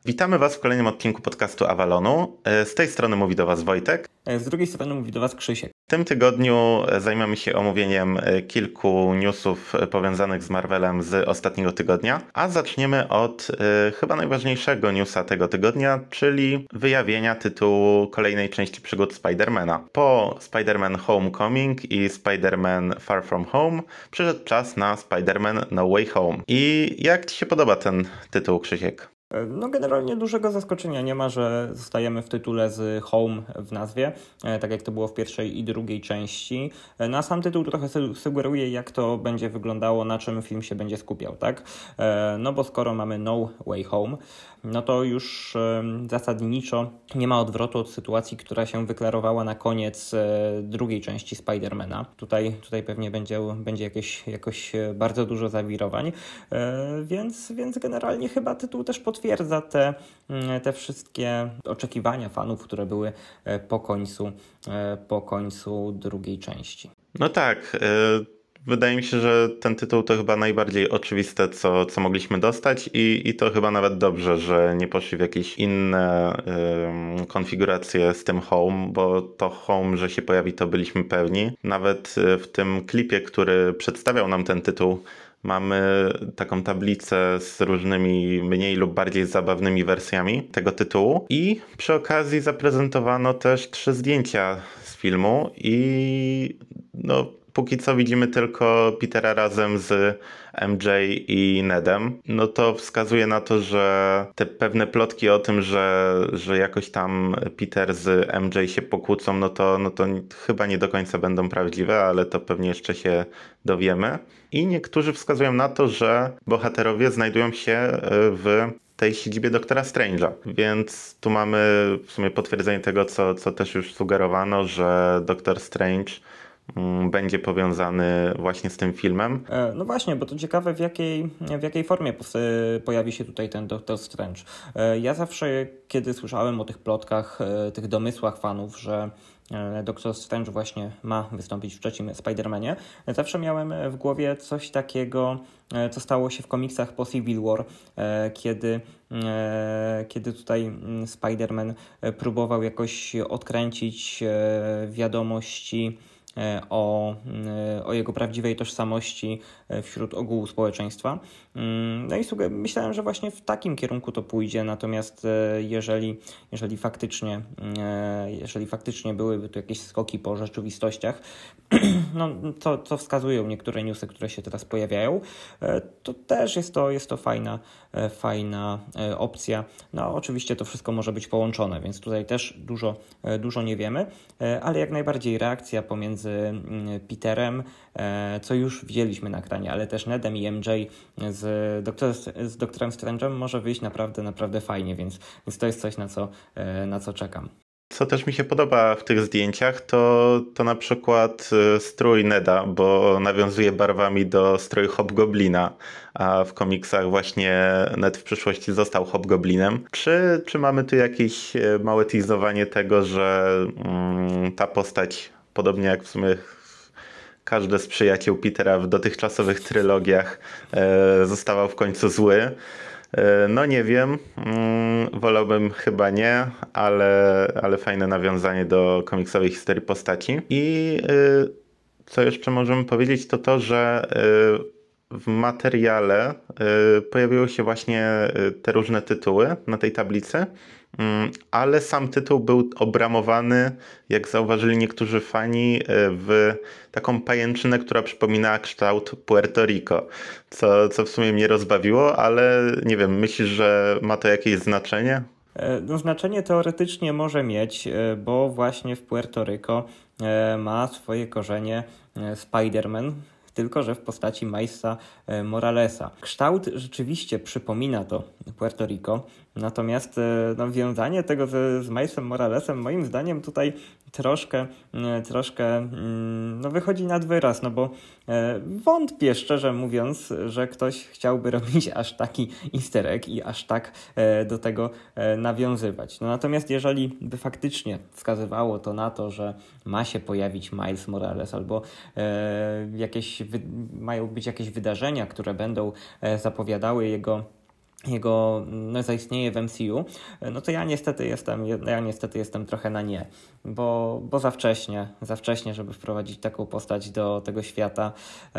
Witamy Was w kolejnym odcinku podcastu Avalonu. Z tej strony mówi do Was Wojtek. Z drugiej strony mówi do Was Krzysiek. W tym tygodniu zajmiemy się omówieniem kilku newsów powiązanych z Marvelem z ostatniego tygodnia, a zaczniemy od chyba najważniejszego newsa tego tygodnia, czyli wyjawienia tytułu kolejnej części przygód Spidermana. Po Spider-Man Homecoming i Spider-Man Far From Home przyszedł czas na Spider-Man No Way Home. I jak Ci się podoba ten tytuł, Krzysiek? No generalnie dużego zaskoczenia nie ma, że zostajemy w tytule z Home w nazwie, tak jak to było w pierwszej i drugiej części. No a sam tytuł trochę sugeruje, jak to będzie wyglądało, na czym film się będzie skupiał, tak? No bo skoro mamy No Way Home, no to już zasadniczo nie ma odwrotu od sytuacji, która się wyklarowała na koniec drugiej części Spidermana. Tutaj pewnie będzie jakoś bardzo dużo zawirowań, więc generalnie chyba tytuł też potwierdza te wszystkie oczekiwania fanów, które były po końcu drugiej części. No tak, wydaje mi się, że ten tytuł to chyba najbardziej oczywiste, co mogliśmy dostać i to chyba nawet dobrze, że nie poszli w jakieś inne konfiguracje z tym Home, bo to Home, że się pojawi, to byliśmy pewni. Nawet w tym klipie, który przedstawiał nam ten tytuł, mamy taką tablicę z różnymi mniej lub bardziej zabawnymi wersjami tego tytułu i przy okazji zaprezentowano też 3 zdjęcia z filmu i no póki co widzimy tylko Petera razem z MJ i Nedem. No to wskazuje na to, że te pewne plotki o tym, że jakoś tam Peter z MJ się pokłócą, no to chyba nie do końca będą prawdziwe, ale to pewnie jeszcze się dowiemy. I niektórzy wskazują na to, że bohaterowie znajdują się w tej siedzibie Doktora Strange'a. Więc tu mamy w sumie potwierdzenie tego, co też już sugerowano, że Doktor Strange będzie powiązany właśnie z tym filmem. No właśnie, bo to ciekawe, w jakiej formie pojawi się tutaj ten Doctor Strange. Ja zawsze, kiedy słyszałem o tych plotkach, tych domysłach fanów, że Doctor Strange właśnie ma wystąpić w trzecim Spider-Manie, zawsze miałem w głowie coś takiego, co stało się w komiksach po Civil War, kiedy tutaj Spider-Man próbował jakoś odkręcić wiadomości o jego prawdziwej tożsamości wśród ogółu społeczeństwa. No i myślałem, że właśnie w takim kierunku to pójdzie, natomiast jeżeli faktycznie byłyby tu jakieś skoki po rzeczywistościach, no, co wskazują niektóre newsy, które się teraz pojawiają, to też jest to fajna opcja. No oczywiście to wszystko może być połączone, więc tutaj też dużo nie wiemy, ale jak najbardziej reakcja pomiędzy Peterem, co już widzieliśmy na ekranie, ale też Nedem i MJ z Doktorem Strange'em może wyjść naprawdę fajnie, więc to jest coś, na co czekam. Co też mi się podoba w tych zdjęciach, to na przykład strój Neda, bo nawiązuje barwami do stroju Hobgoblina, a w komiksach właśnie Ned w przyszłości został Hobgoblinem. Czy mamy tu jakieś małe teasowanie tego, że ta postać, podobnie jak w sumie każdy z przyjaciół Petera w dotychczasowych trylogiach, zostawał w końcu zły? No nie wiem, wolałbym chyba nie, ale fajne nawiązanie do komiksowej historii postaci. I co jeszcze możemy powiedzieć, to, że w materiale pojawiły się właśnie te różne tytuły na tej tablicy, ale sam tytuł był obramowany, jak zauważyli niektórzy fani, w taką pajęczynę, która przypominała kształt Puerto Rico, co w sumie mnie rozbawiło, ale nie wiem, myślisz, że ma to jakieś znaczenie? No, znaczenie teoretycznie może mieć, bo właśnie w Puerto Rico ma swoje korzenie Spider-Man, tylko że w postaci Milesa Moralesa. Kształt rzeczywiście przypomina to Puerto Rico, natomiast wiązanie tego z Milesem Moralesem moim zdaniem tutaj troszkę wychodzi nad wyraz, no bo wątpię, szczerze mówiąc, że ktoś chciałby robić aż taki easter egg i aż tak do tego nawiązywać. No natomiast jeżeli by faktycznie wskazywało to na to, że ma się pojawić Miles Morales albo mają być jakieś wydarzenia, które będą zapowiadały jego zaistnieje w MCU, no to ja niestety jestem trochę na nie, bo za wcześnie, żeby wprowadzić taką postać do tego świata.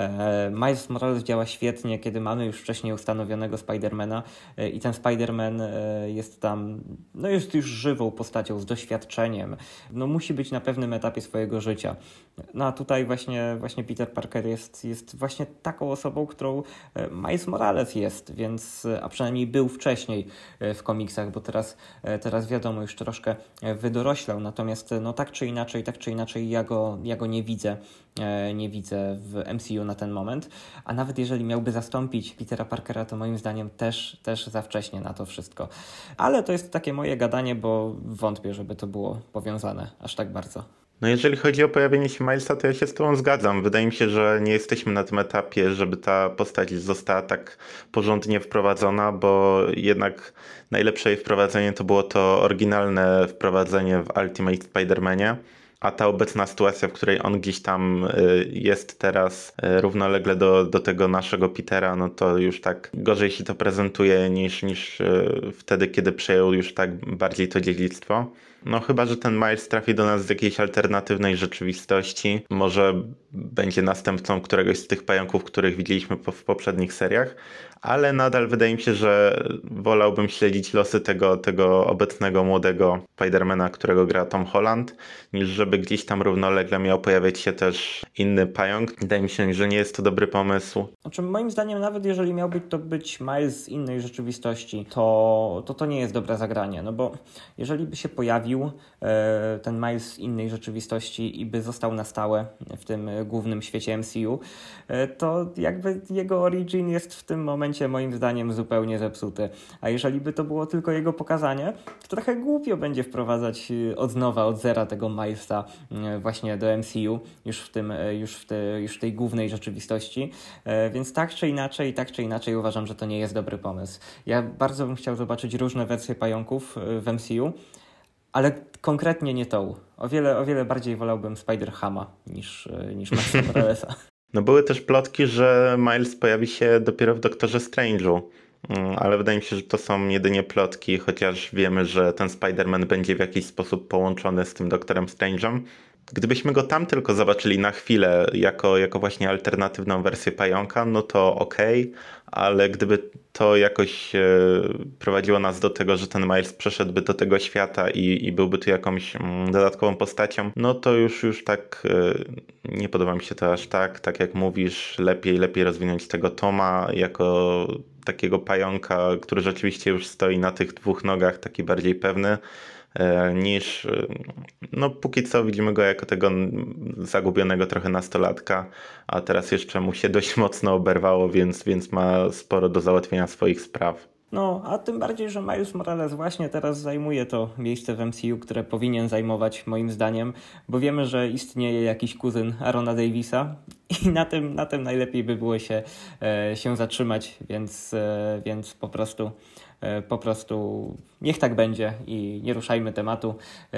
Miles Morales działa świetnie, kiedy mamy już wcześniej ustanowionego Spidermana i ten Spiderman jest tam, no jest już żywą postacią, z doświadczeniem, no musi być na pewnym etapie swojego życia. No a tutaj właśnie Peter Parker jest właśnie taką osobą, którą Miles Morales jest, więc, a przynajmniej był wcześniej w komiksach, bo teraz wiadomo, już troszkę wydoroślał, natomiast no tak czy inaczej ja go nie widzę w MCU na ten moment, a nawet jeżeli miałby zastąpić Petera Parkera, to moim zdaniem też za wcześnie na to wszystko. Ale to jest takie moje gadanie, bo wątpię, żeby to było powiązane aż tak bardzo. No jeżeli chodzi o pojawienie się Milesa, to ja się z tobą zgadzam. Wydaje mi się, że nie jesteśmy na tym etapie, żeby ta postać została tak porządnie wprowadzona, bo jednak najlepsze jej wprowadzenie to było to oryginalne wprowadzenie w Ultimate Spider-Manie. A ta obecna sytuacja, w której on gdzieś tam jest teraz równolegle do tego naszego Petera, no to już tak gorzej się to prezentuje niż wtedy, kiedy przejął już tak bardziej to dziedzictwo. No chyba, że ten Miles trafi do nas z jakiejś alternatywnej rzeczywistości. Może będzie następcą któregoś z tych pająków, których widzieliśmy w poprzednich seriach, ale nadal wydaje mi się, że wolałbym śledzić losy tego obecnego młodego Spidermana, którego gra Tom Holland, niż żeby gdzieś tam równolegle miał pojawiać się też inny pająk. Wydaje mi się, że nie jest to dobry pomysł. Znaczy, moim zdaniem, nawet jeżeli miałby to być Miles z innej rzeczywistości, to nie jest dobre zagranie, no bo jeżeli by się pojawił ten Miles z innej rzeczywistości i by został na stałe w tym głównym świecie MCU, to jakby jego origin jest w tym momencie moim zdaniem zupełnie zepsuty. A jeżeli by to było tylko jego pokazanie, to trochę głupio będzie wprowadzać od nowa, od zera tego Milesa właśnie do MCU już w tej głównej rzeczywistości. Więc tak czy inaczej uważam, że to nie jest dobry pomysł. Ja bardzo bym chciał zobaczyć różne wersje pająków w MCU, ale konkretnie nie tą. O wiele bardziej wolałbym Spider-Hama niż Milesa Moralesa. No były też plotki, że Miles pojawi się dopiero w Doktorze Strange'u, ale wydaje mi się, że to są jedynie plotki, chociaż wiemy, że ten Spider-Man będzie w jakiś sposób połączony z tym Doktorem Strange'em. Gdybyśmy go tam tylko zobaczyli na chwilę jako właśnie alternatywną wersję pająka, no to okej, ale gdyby to jakoś prowadziło nas do tego, że ten Miles przeszedłby do tego świata i byłby tu jakąś dodatkową postacią, no to już tak nie podoba mi się to aż tak jak mówisz, lepiej rozwinąć tego Toma jako takiego pająka, który rzeczywiście już stoi na tych dwóch nogach, taki bardziej pewny, niż, no póki co widzimy go jako tego zagubionego trochę nastolatka, a teraz jeszcze mu się dość mocno oberwało, więc ma sporo do załatwienia swoich spraw. No, a tym bardziej, że Miles Morales właśnie teraz zajmuje to miejsce w MCU, które powinien zajmować moim zdaniem, bo wiemy, że istnieje jakiś kuzyn Aarona Davisa i na tym najlepiej by było się zatrzymać, więc po prostu niech tak będzie i nie ruszajmy tematu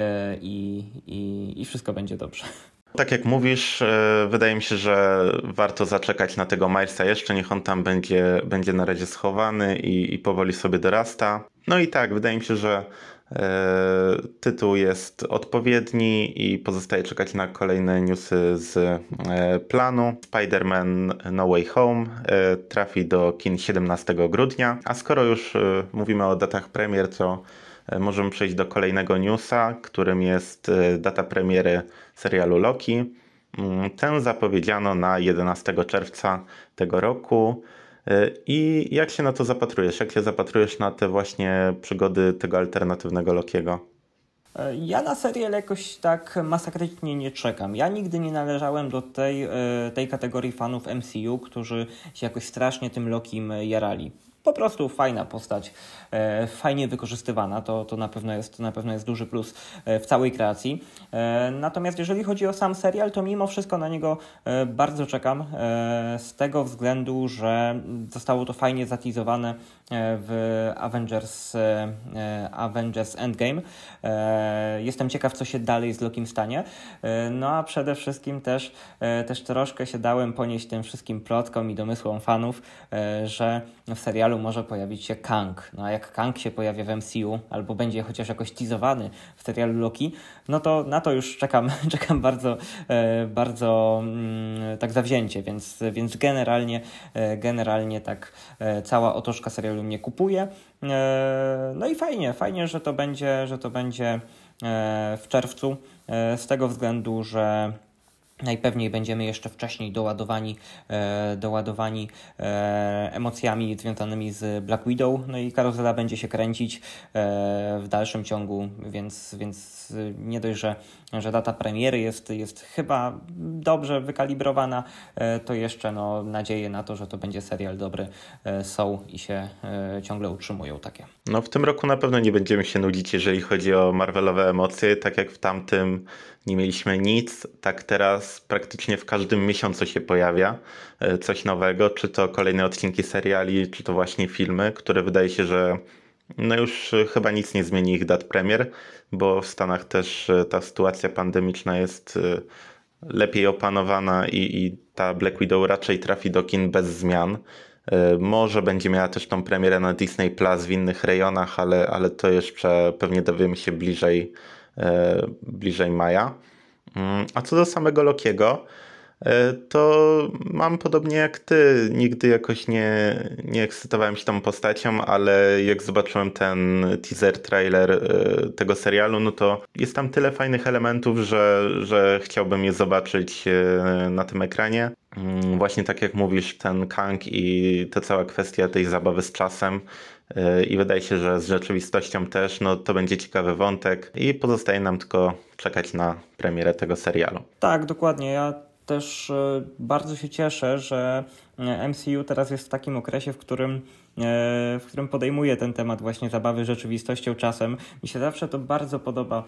i wszystko będzie dobrze. Tak jak mówisz, wydaje mi się, że warto zaczekać na tego Milesa jeszcze, niech on tam będzie na razie schowany i powoli sobie dorasta. No i tak, wydaje mi się, że tytuł jest odpowiedni i pozostaje czekać na kolejne newsy z planu. Spider-Man No Way Home trafi do kin 17 grudnia, a skoro już mówimy o datach premier, to możemy przejść do kolejnego newsa, którym jest data premiery serialu Loki. Tę zapowiedziano na 11 czerwca tego roku. I jak się na to zapatrujesz? Jak się zapatrujesz na te właśnie przygody tego alternatywnego Lokiego? Ja na serial jakoś tak masakrycznie nie czekam. Ja nigdy nie należałem do tej kategorii fanów MCU, którzy się jakoś strasznie tym Lokim jarali. Po prostu fajna postać, fajnie wykorzystywana, to na pewno jest duży plus w całej kreacji. Natomiast jeżeli chodzi o sam serial, to mimo wszystko na niego bardzo czekam, z tego względu, że zostało to fajnie zatizowane w Avengers Endgame. Jestem ciekaw, co się dalej z Lokim stanie. No a przede wszystkim też troszkę się dałem ponieść tym wszystkim plotkom i domysłom fanów, że w serialu serialu może pojawić się Kang. No a jak Kang się pojawia w MCU, albo będzie chociaż jakoś teasowany w serialu Loki, no to na to już czekam bardzo tak zawzięcie, więc generalnie tak cała otoczka serialu mnie kupuje. No i fajnie, że to będzie w czerwcu, z tego względu, że najpewniej będziemy jeszcze wcześniej doładowani emocjami związanymi z Black Widow, no i karuzela będzie się kręcić w dalszym ciągu, więc nie dość, że data premiery jest chyba dobrze wykalibrowana, to jeszcze nadzieje na to, że to będzie serial dobry są i się ciągle utrzymują takie. No w tym roku na pewno nie będziemy się nudzić, jeżeli chodzi o Marvelowe emocje, tak jak w tamtym nie mieliśmy nic, tak teraz praktycznie w każdym miesiącu się pojawia coś nowego, czy to kolejne odcinki seriali, czy to właśnie filmy, które wydaje się, że no już chyba nic nie zmieni ich dat premier, bo w Stanach też ta sytuacja pandemiczna jest lepiej opanowana i ta Black Widow raczej trafi do kin bez zmian. Może będzie miała też tą premierę na Disney Plus w innych rejonach, ale to jeszcze pewnie dowiemy się bliżej maja. A co do samego Lokiego, to mam podobnie jak ty. Nigdy jakoś nie ekscytowałem się tą postacią, ale jak zobaczyłem ten teaser trailer tego serialu, no to jest tam tyle fajnych elementów, że chciałbym je zobaczyć na tym ekranie. Właśnie tak jak mówisz, ten Kang i ta cała kwestia tej zabawy z czasem i wydaje się, że z rzeczywistością też, no to będzie ciekawy wątek i pozostaje nam tylko czekać na premierę tego serialu. Tak, dokładnie. Ja też bardzo się cieszę, że MCU teraz jest w takim okresie, w którym podejmuje ten temat właśnie zabawy rzeczywistością czasem. Mi się zawsze to bardzo podoba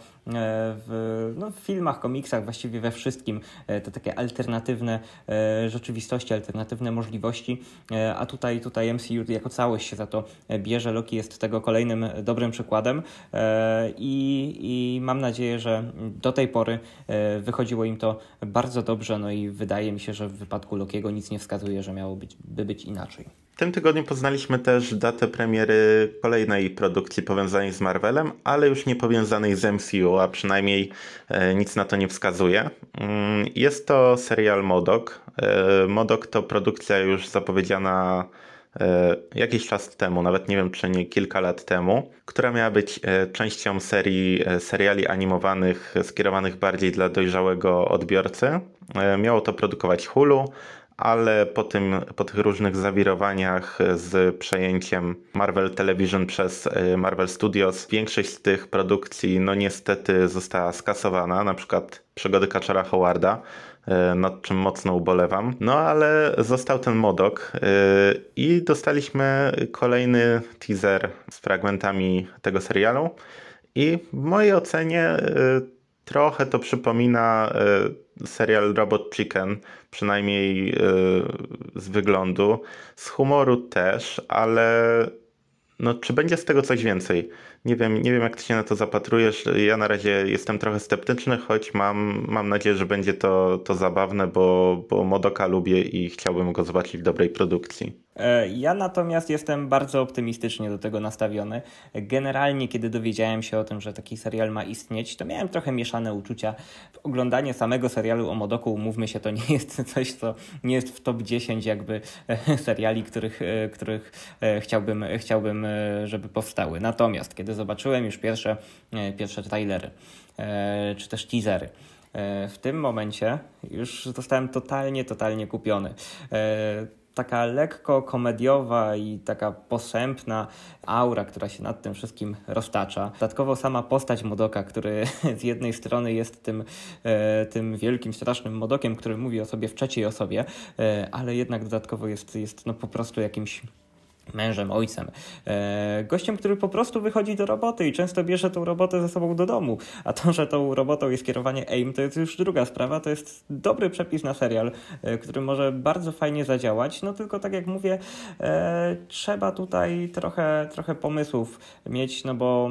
w filmach, komiksach, właściwie we wszystkim. Te takie alternatywne rzeczywistości, alternatywne możliwości, a tutaj MCU jako całość się za to bierze. Loki jest tego kolejnym dobrym przykładem i mam nadzieję, że do tej pory wychodziło im to bardzo dobrze, no i wydaje mi się, że w wypadku Lokiego nic nie wskazuje, że miałoby być inaczej. W tym tygodniu poznaliśmy też datę premiery kolejnej produkcji powiązanej z Marvelem, ale już nie powiązanej z MCU, a przynajmniej nic na to nie wskazuje. Jest to serial M.O.D.O.K. M.O.D.O.K. to produkcja już zapowiedziana jakiś czas temu, nawet nie wiem czy nie kilka lat temu, która miała być częścią serii seriali animowanych skierowanych bardziej dla dojrzałego odbiorcy. Miało to produkować Hulu, ale po tych różnych zawirowaniach z przejęciem Marvel Television przez Marvel Studios większość z tych produkcji no niestety została skasowana, na przykład Przygody Kaczora Howarda, nad czym mocno ubolewam. No ale został ten M.O.D.O.K. I dostaliśmy kolejny teaser z fragmentami tego serialu i w mojej ocenie trochę to przypomina serial Robot Chicken, przynajmniej z wyglądu, z humoru też, ale no, czy będzie z tego coś więcej? Nie wiem jak ty się na to zapatrujesz. Ja na razie jestem trochę sceptyczny, choć mam nadzieję, że będzie to zabawne, bo M.O.D.O.K.a lubię i chciałbym go zobaczyć w dobrej produkcji. Ja natomiast jestem bardzo optymistycznie do tego nastawiony. Generalnie, kiedy dowiedziałem się o tym, że taki serial ma istnieć, to miałem trochę mieszane uczucia. Oglądanie samego serialu o M.O.D.O.K.u, umówmy się, to nie jest coś, co nie jest w top 10 jakby seriali, których chciałbym, żeby powstały. Natomiast, kiedy zobaczyłem już pierwsze trailery, czy też teasery, w tym momencie już zostałem totalnie kupiony. Taka lekko komediowa i taka posępna aura, która się nad tym wszystkim roztacza. Dodatkowo sama postać M.O.D.O.K.a, który z jednej strony jest tym wielkim, strasznym M.O.D.O.Kiem, który mówi o sobie w trzeciej osobie, ale jednak dodatkowo jest po prostu jakimś mężem, ojcem, gościem, który po prostu wychodzi do roboty i często bierze tą robotę ze sobą do domu, a to, że tą robotą jest kierowanie AIM, to jest już druga sprawa, to jest dobry przepis na serial, który może bardzo fajnie zadziałać, no tylko tak jak mówię, trzeba tutaj trochę pomysłów mieć, no bo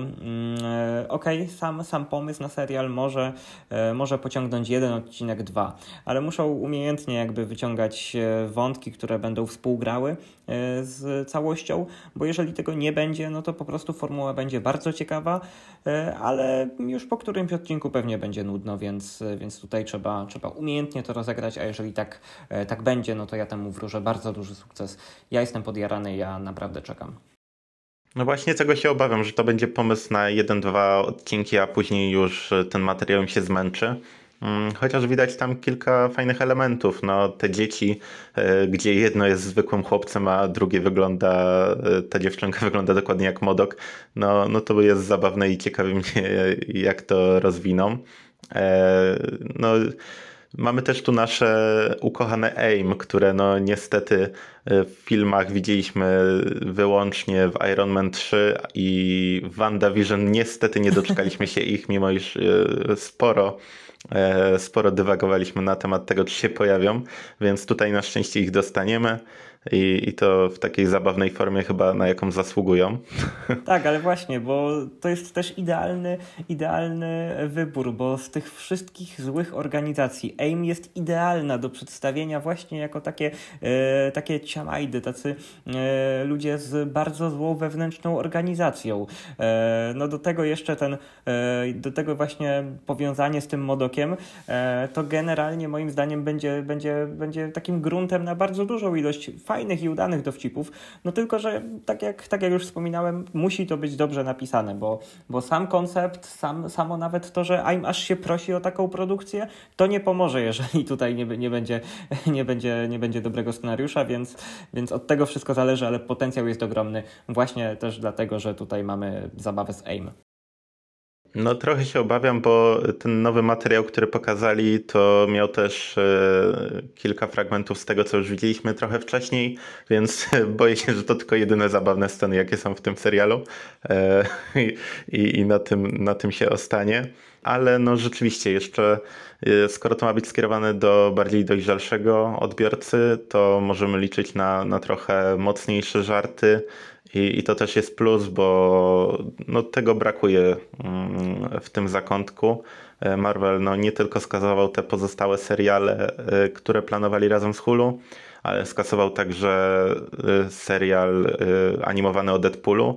sam pomysł na serial może pociągnąć jeden odcinek, dwa, ale muszą umiejętnie jakby wyciągać wątki, które będą współgrały z całą całością, bo jeżeli tego nie będzie, no to po prostu formuła będzie bardzo ciekawa, ale już po którymś odcinku pewnie będzie nudno, więc tutaj trzeba umiejętnie to rozegrać, a jeżeli tak będzie, no to ja temu wróżę bardzo duży sukces. Ja jestem podjarany, ja naprawdę czekam. No właśnie tego się obawiam, że to będzie pomysł na 1-2 odcinki, a później już ten materiał mi się zmęczy. Chociaż widać tam kilka fajnych elementów. No, te dzieci, gdzie jedno jest zwykłym chłopcem, a drugie ta dziewczynka wygląda dokładnie jak Modok. No to jest zabawne i ciekawi mnie, jak to rozwiną. No, mamy też tu nasze ukochane AIM, które no niestety w filmach widzieliśmy wyłącznie w Iron Man 3 i w WandaVision niestety nie doczekaliśmy się ich, mimo iż sporo dywagowaliśmy na temat tego, czy się pojawią, więc tutaj na szczęście ich dostaniemy i to w takiej zabawnej formie chyba, na jaką zasługują. Tak, ale właśnie, bo to jest też idealny wybór, bo z tych wszystkich złych organizacji AIM jest idealna do przedstawienia właśnie jako takie ciamajdy, tacy ludzie z bardzo złą wewnętrzną organizacją. No do tego jeszcze do tego właśnie powiązanie z tym Modokiem, to generalnie moim zdaniem będzie takim gruntem na bardzo dużą ilość fajnych i udanych dowcipów, no tylko, że tak jak już wspominałem, musi to być dobrze napisane, bo sam koncept, samo nawet to, że AIM aż się prosi o taką produkcję, to nie pomoże, jeżeli tutaj nie będzie dobrego scenariusza, więc od tego wszystko zależy, ale potencjał jest ogromny, właśnie też dlatego, że tutaj mamy zabawę z AIM. No trochę się obawiam, bo ten nowy materiał, który pokazali, to miał też kilka fragmentów z tego, co już widzieliśmy trochę wcześniej, więc boję się, że to tylko jedyne zabawne sceny, jakie są w tym serialu i na tym się ostanie. Ale no rzeczywiście jeszcze, skoro to ma być skierowane do bardziej dojrzalszego odbiorcy, to możemy liczyć na trochę mocniejsze żarty. I to też jest plus, bo no, tego brakuje w tym zakątku. Marvel no, nie tylko skasował te pozostałe seriale, które planowali razem z Hulu, ale skasował także serial animowany o Deadpoolu,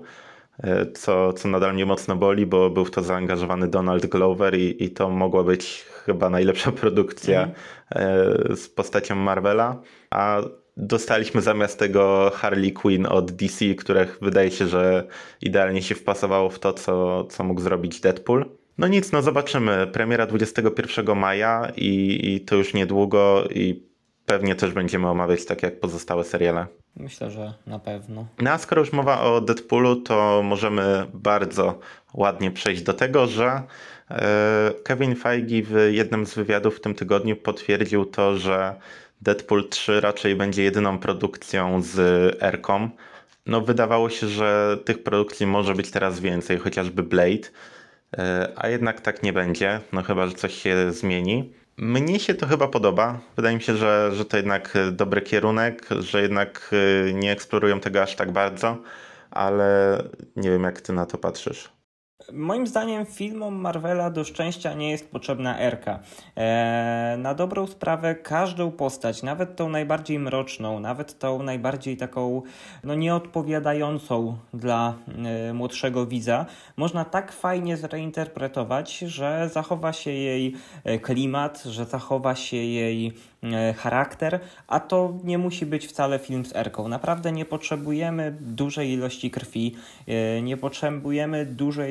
co nadal mnie mocno boli, bo był w to zaangażowany Donald Glover i to mogła być chyba najlepsza produkcja z postacią Marvela, a dostaliśmy zamiast tego Harley Quinn od DC, które wydaje się, że idealnie się wpasowało w to, co mógł zrobić Deadpool. No nic, no zobaczymy. Premiera 21 maja i to już niedługo i pewnie też będziemy omawiać tak jak pozostałe seriale. Myślę, że na pewno. No a skoro już mowa o Deadpoolu, to możemy bardzo ładnie przejść do tego, że Kevin Feige w jednym z wywiadów w tym tygodniu potwierdził to, że Deadpool 3 raczej będzie jedyną produkcją z Erką. No wydawało się, że tych produkcji może być teraz więcej, chociażby Blade, a jednak tak nie będzie, no chyba, że coś się zmieni. Mnie się to chyba podoba. Wydaje mi się, że to jednak dobry kierunek, że jednak nie eksplorują tego aż tak bardzo, ale nie wiem, jak ty na to patrzysz. Moim zdaniem filmom Marvela do szczęścia nie jest potrzebna erka. Na dobrą sprawę każdą postać, nawet tą najbardziej mroczną, nawet tą najbardziej taką nieodpowiadającą dla młodszego widza, można tak fajnie zreinterpretować, że zachowa się jej klimat, że zachowa się jej charakter, a to nie musi być wcale film z erką. Naprawdę nie potrzebujemy dużej ilości krwi, nie potrzebujemy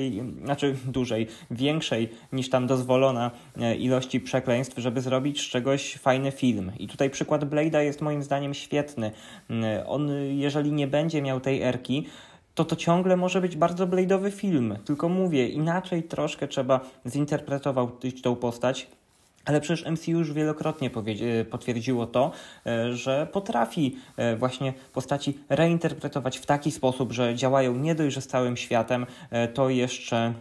większej niż tam dozwolona ilości przekleństw, żeby zrobić z czegoś fajny film. I tutaj przykład Blade'a jest moim zdaniem świetny. On, jeżeli nie będzie miał tej erki, to ciągle może być bardzo Blade'owy film. Tylko mówię, inaczej troszkę trzeba zinterpretować tą postać. Ale przecież MCU już wielokrotnie potwierdziło to, że potrafi właśnie postaci reinterpretować w taki sposób, że działają nie dość, że z całym światem, to jeszcze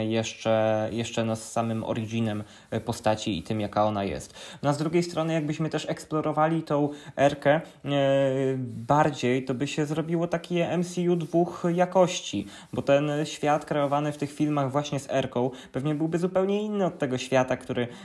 z samym originem postaci i tym, jaka ona jest. No a z drugiej strony, jakbyśmy też eksplorowali tą erkę bardziej, to by się zrobiło takie MCU dwóch jakości, bo ten świat kreowany w tych filmach właśnie z erką pewnie byłby zupełnie inny od tego świata,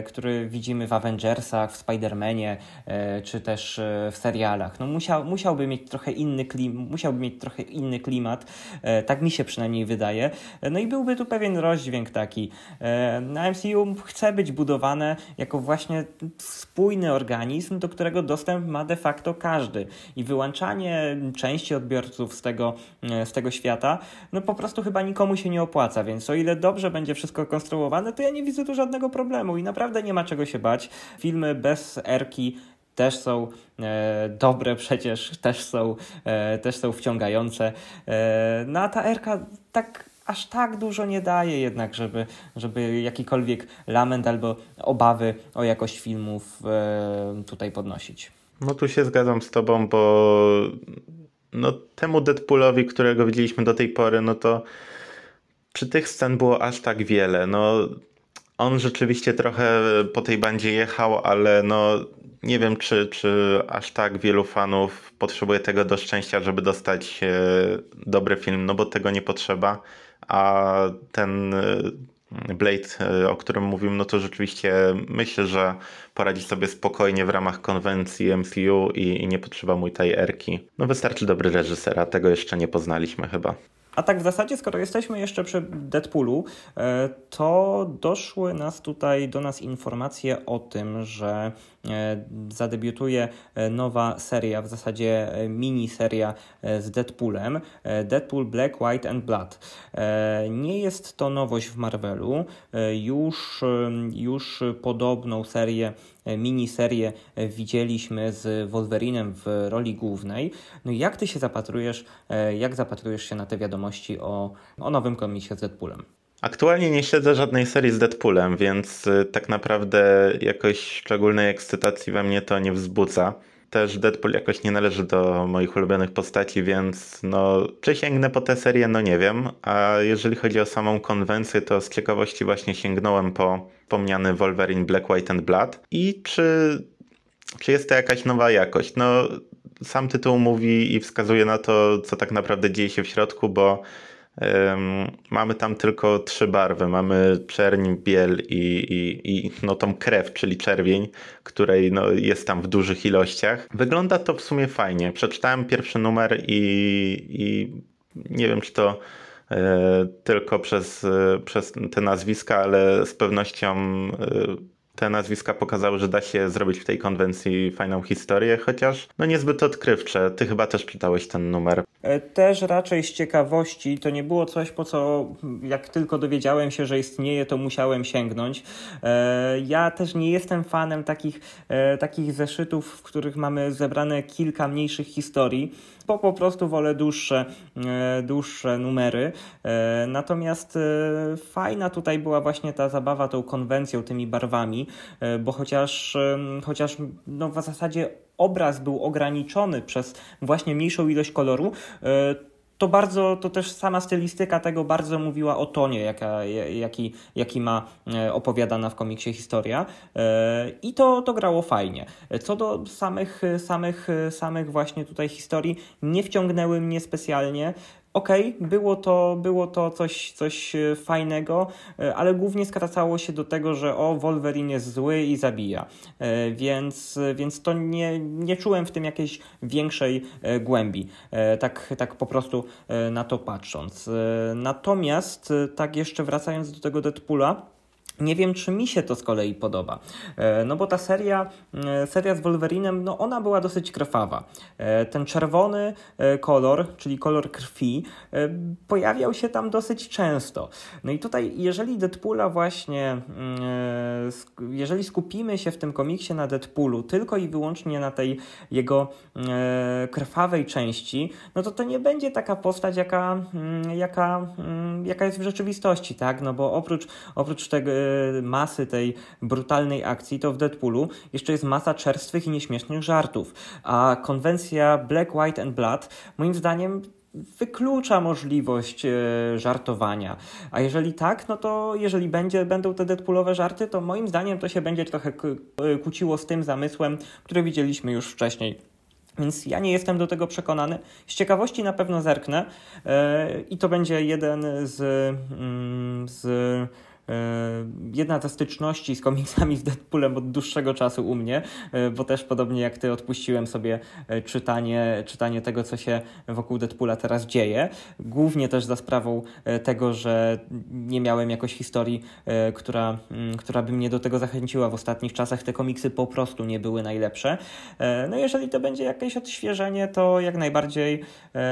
który widzimy w Avengersach, w Spider-Manie, czy też w serialach. No musiałby mieć trochę inny klimat, tak mi się przynajmniej wydaje. No i byłby tu pewien rozdźwięk taki. Na MCU chce być budowane jako właśnie spójny organizm, do którego dostęp ma de facto każdy. I wyłączanie części odbiorców z tego świata, no po prostu chyba nikomu się nie opłaca, więc o ile dobrze będzie wszystko konstruowane, to ja nie widzę tu żadnego problemu i naprawdę nie ma czego się bać. Filmy bez erki też są dobre przecież, też są wciągające. No a ta erka aż tak dużo nie daje jednak, żeby jakikolwiek lament albo obawy o jakość filmów tutaj podnosić. No tu się zgadzam z tobą, bo no temu Deadpoolowi, którego widzieliśmy do tej pory, no to czy tych scen było aż tak wiele? No on rzeczywiście trochę po tej bandzie jechał, ale no nie wiem, czy aż tak wielu fanów potrzebuje tego do szczęścia, żeby dostać dobry film, no bo tego nie potrzeba, a ten Blade, o którym mówiłem, no to rzeczywiście myślę, że poradzi sobie spokojnie w ramach konwencji MCU i nie potrzeba mu tej erki. No wystarczy dobry reżyser, a tego jeszcze nie poznaliśmy chyba. A tak w zasadzie, skoro jesteśmy jeszcze przy Deadpoolu, to doszły do nas informacje o tym, że zadebiutuje nowa seria, w zasadzie miniseria z Deadpoolem. Deadpool Black, White and Blood. Nie jest to nowość w Marvelu. Już podobną miniserię widzieliśmy z Wolverinem w roli głównej. No i jak ty się zapatrujesz się na te wiadomości o nowym komiksie z Deadpoolem? Aktualnie nie śledzę żadnej serii z Deadpoolem, więc tak naprawdę jakoś szczególnej ekscytacji we mnie to nie wzbudza. Też Deadpool jakoś nie należy do moich ulubionych postaci, więc no czy sięgnę po tę serię, no nie wiem. A jeżeli chodzi o samą konwencję, to z ciekawości właśnie sięgnąłem po wspomniany Wolverine Black, White and Blood. I czy jest to jakaś nowa jakość? No sam tytuł mówi i wskazuje na to, co tak naprawdę dzieje się w środku, bo mamy tam tylko 3 barwy. Mamy czerń, biel i no tą krew, czyli czerwień, której no, jest tam w dużych ilościach. Wygląda to w sumie fajnie. Przeczytałem pierwszy numer i nie wiem, czy to tylko przez te nazwiska, ale z pewnością te nazwiska pokazały, że da się zrobić w tej konwencji fajną historię, chociaż no niezbyt odkrywcze. Ty chyba też czytałeś ten numer. Też raczej z ciekawości, to nie było coś, po co jak tylko dowiedziałem się, że istnieje, to musiałem sięgnąć. Ja też nie jestem fanem takich zeszytów, w których mamy zebrane kilka mniejszych historii, bo po prostu wolę dłuższe numery. Natomiast fajna tutaj była właśnie ta zabawa tą konwencją, tymi barwami, bo chociaż no w zasadzie obraz był ograniczony przez właśnie mniejszą ilość koloru, to też sama stylistyka tego bardzo mówiła o tonie, jaki ma opowiadana w komiksie historia, i to grało fajnie. Co do samych właśnie tutaj historii, nie wciągnęły mnie specjalnie. Okej, było to coś fajnego, ale głównie skracało się do tego, że Wolverine jest zły i zabija. Więc to nie czułem w tym jakiejś większej głębi, tak po prostu na to patrząc. Natomiast tak jeszcze wracając do tego Deadpoola, nie wiem, czy mi się to z kolei podoba, no bo ta seria z Wolverinem, no ona była dosyć krwawa. Ten czerwony kolor, czyli kolor krwi, pojawiał się tam dosyć często. No i tutaj, jeżeli skupimy się w tym komiksie na Deadpoolu tylko i wyłącznie na tej jego krwawej części, no to nie będzie taka postać, jaka jest w rzeczywistości, tak? No bo oprócz tego masy tej brutalnej akcji, to w Deadpoolu jeszcze jest masa czerstwych i nieśmiesznych żartów. A konwencja Black, White and Blood moim zdaniem wyklucza możliwość żartowania. A jeżeli tak, no to jeżeli będą te Deadpoolowe żarty, to moim zdaniem to się będzie trochę kłóciło z tym zamysłem, który widzieliśmy już wcześniej. Więc ja nie jestem do tego przekonany. Z ciekawości na pewno zerknę i to będzie jeden z jedna ze styczności z komiksami z Deadpoolem od dłuższego czasu u mnie, bo też podobnie jak ty odpuściłem sobie czytanie tego, co się wokół Deadpoola teraz dzieje. Głównie też za sprawą tego, że nie miałem jakoś historii, która by mnie do tego zachęciła. W ostatnich czasach te komiksy po prostu nie były najlepsze. No jeżeli to będzie jakieś odświeżenie, to jak najbardziej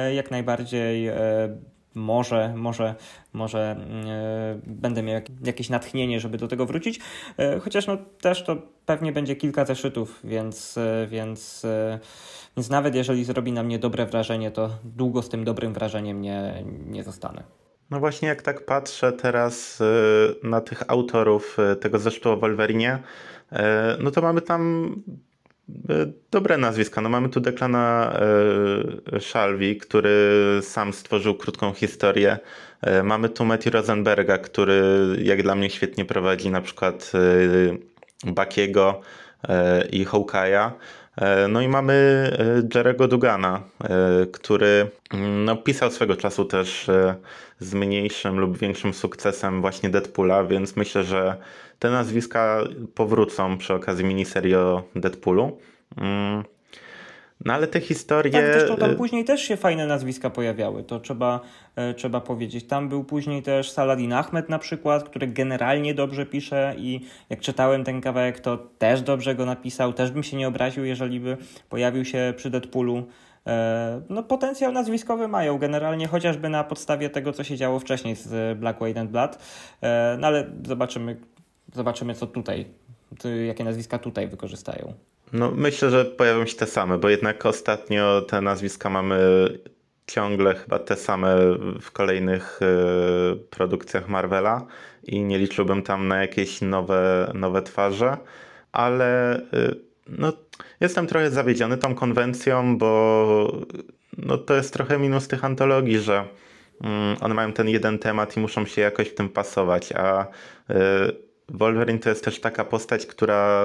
może będę miał jakieś natchnienie, żeby do tego wrócić, chociaż no też to pewnie będzie kilka zeszytów, więc nawet jeżeli zrobi na mnie dobre wrażenie, to długo z tym dobrym wrażeniem nie zostanę. No właśnie, jak tak patrzę teraz na tych autorów tego zeszytu o Wolverinie, no to mamy tam dobre nazwiska. No mamy tu Declana Shalvey, który sam stworzył krótką historię. Mamy tu Matthew Rosenberga, który jak dla mnie świetnie prowadzi na przykład Bucky'ego i Hawkeye'a. No i mamy Jerego Dugana, który no, pisał swego czasu też z mniejszym lub większym sukcesem właśnie Deadpoola, więc myślę, że te nazwiska powrócą przy okazji miniserii o Deadpoolu. No ale te historie... Tak, zresztą tam później też się fajne nazwiska pojawiały, to trzeba powiedzieć. Tam był później też Saladin Ahmed na przykład, który generalnie dobrze pisze i jak czytałem ten kawałek, to też dobrze go napisał. Też bym się nie obraził, jeżeli by pojawił się przy Deadpoolu. No potencjał nazwiskowy mają generalnie, chociażby na podstawie tego, co się działo wcześniej z Black, White and Blood. No ale zobaczymy co tutaj, jakie nazwiska tutaj wykorzystają. No myślę, że pojawią się te same, bo jednak ostatnio te nazwiska mamy ciągle chyba te same w kolejnych produkcjach Marvela i nie liczyłbym tam na jakieś nowe twarze, ale no, jestem trochę zawiedziony tą konwencją, bo no, to jest trochę minus tych antologii, że one mają ten jeden temat i muszą się jakoś w tym pasować, a Wolverine to jest też taka postać, która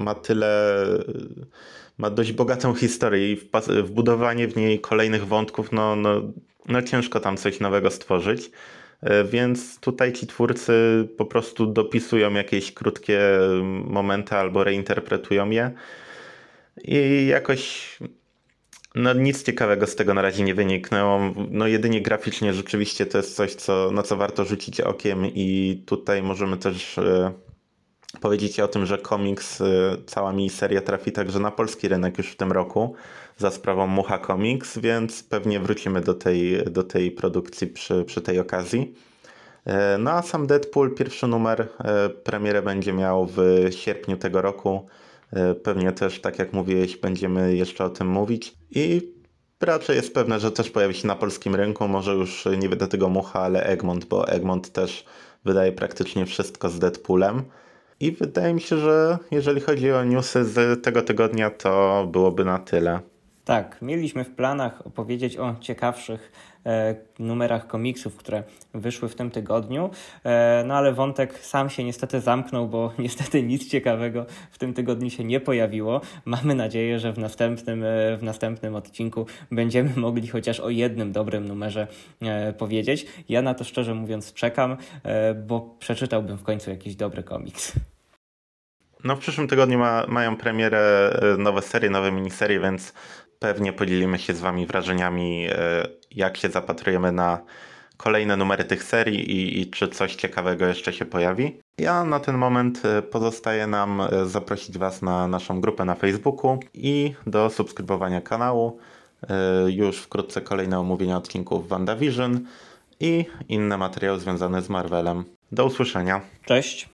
ma dość bogatą historię i wbudowanie w niej kolejnych wątków, no ciężko tam coś nowego stworzyć. Więc tutaj ci twórcy po prostu dopisują jakieś krótkie momenty albo reinterpretują je i jakoś no nic ciekawego z tego na razie nie wyniknęło. No jedynie graficznie rzeczywiście to jest coś, na co warto rzucić okiem i tutaj możemy też powiedzieć o tym, że komiks, cała miniseria trafi także na polski rynek już w tym roku za sprawą Mucha Comics, więc pewnie wrócimy do tej produkcji przy tej okazji. No a sam Deadpool, pierwszy numer, premierę będzie miał w sierpniu tego roku. Pewnie też, tak jak mówiłeś, będziemy jeszcze o tym mówić i raczej jest pewne, że też pojawi się na polskim rynku, może już nie wyda tego Mucha, ale Egmont, bo Egmont też wydaje praktycznie wszystko z Deadpoolem. I wydaje mi się, że jeżeli chodzi o newsy z tego tygodnia, to byłoby na tyle. Tak, mieliśmy w planach opowiedzieć o ciekawszych numerach komiksów, które wyszły w tym tygodniu, no ale wątek sam się niestety zamknął, bo niestety nic ciekawego w tym tygodniu się nie pojawiło. Mamy nadzieję, że w następnym odcinku będziemy mogli chociaż o jednym dobrym numerze powiedzieć. Ja na to szczerze mówiąc czekam, bo przeczytałbym w końcu jakiś dobry komiks. No w przyszłym tygodniu mają premierę nowe serie, nowe miniserie, więc pewnie podzielimy się z wami wrażeniami, jak się zapatrujemy na kolejne numery tych serii i czy coś ciekawego jeszcze się pojawi. Ja na ten moment pozostaje nam zaprosić was na naszą grupę na Facebooku i do subskrybowania kanału. Już wkrótce kolejne omówienia odcinków WandaVision i inne materiały związane z Marvelem. Do usłyszenia. Cześć!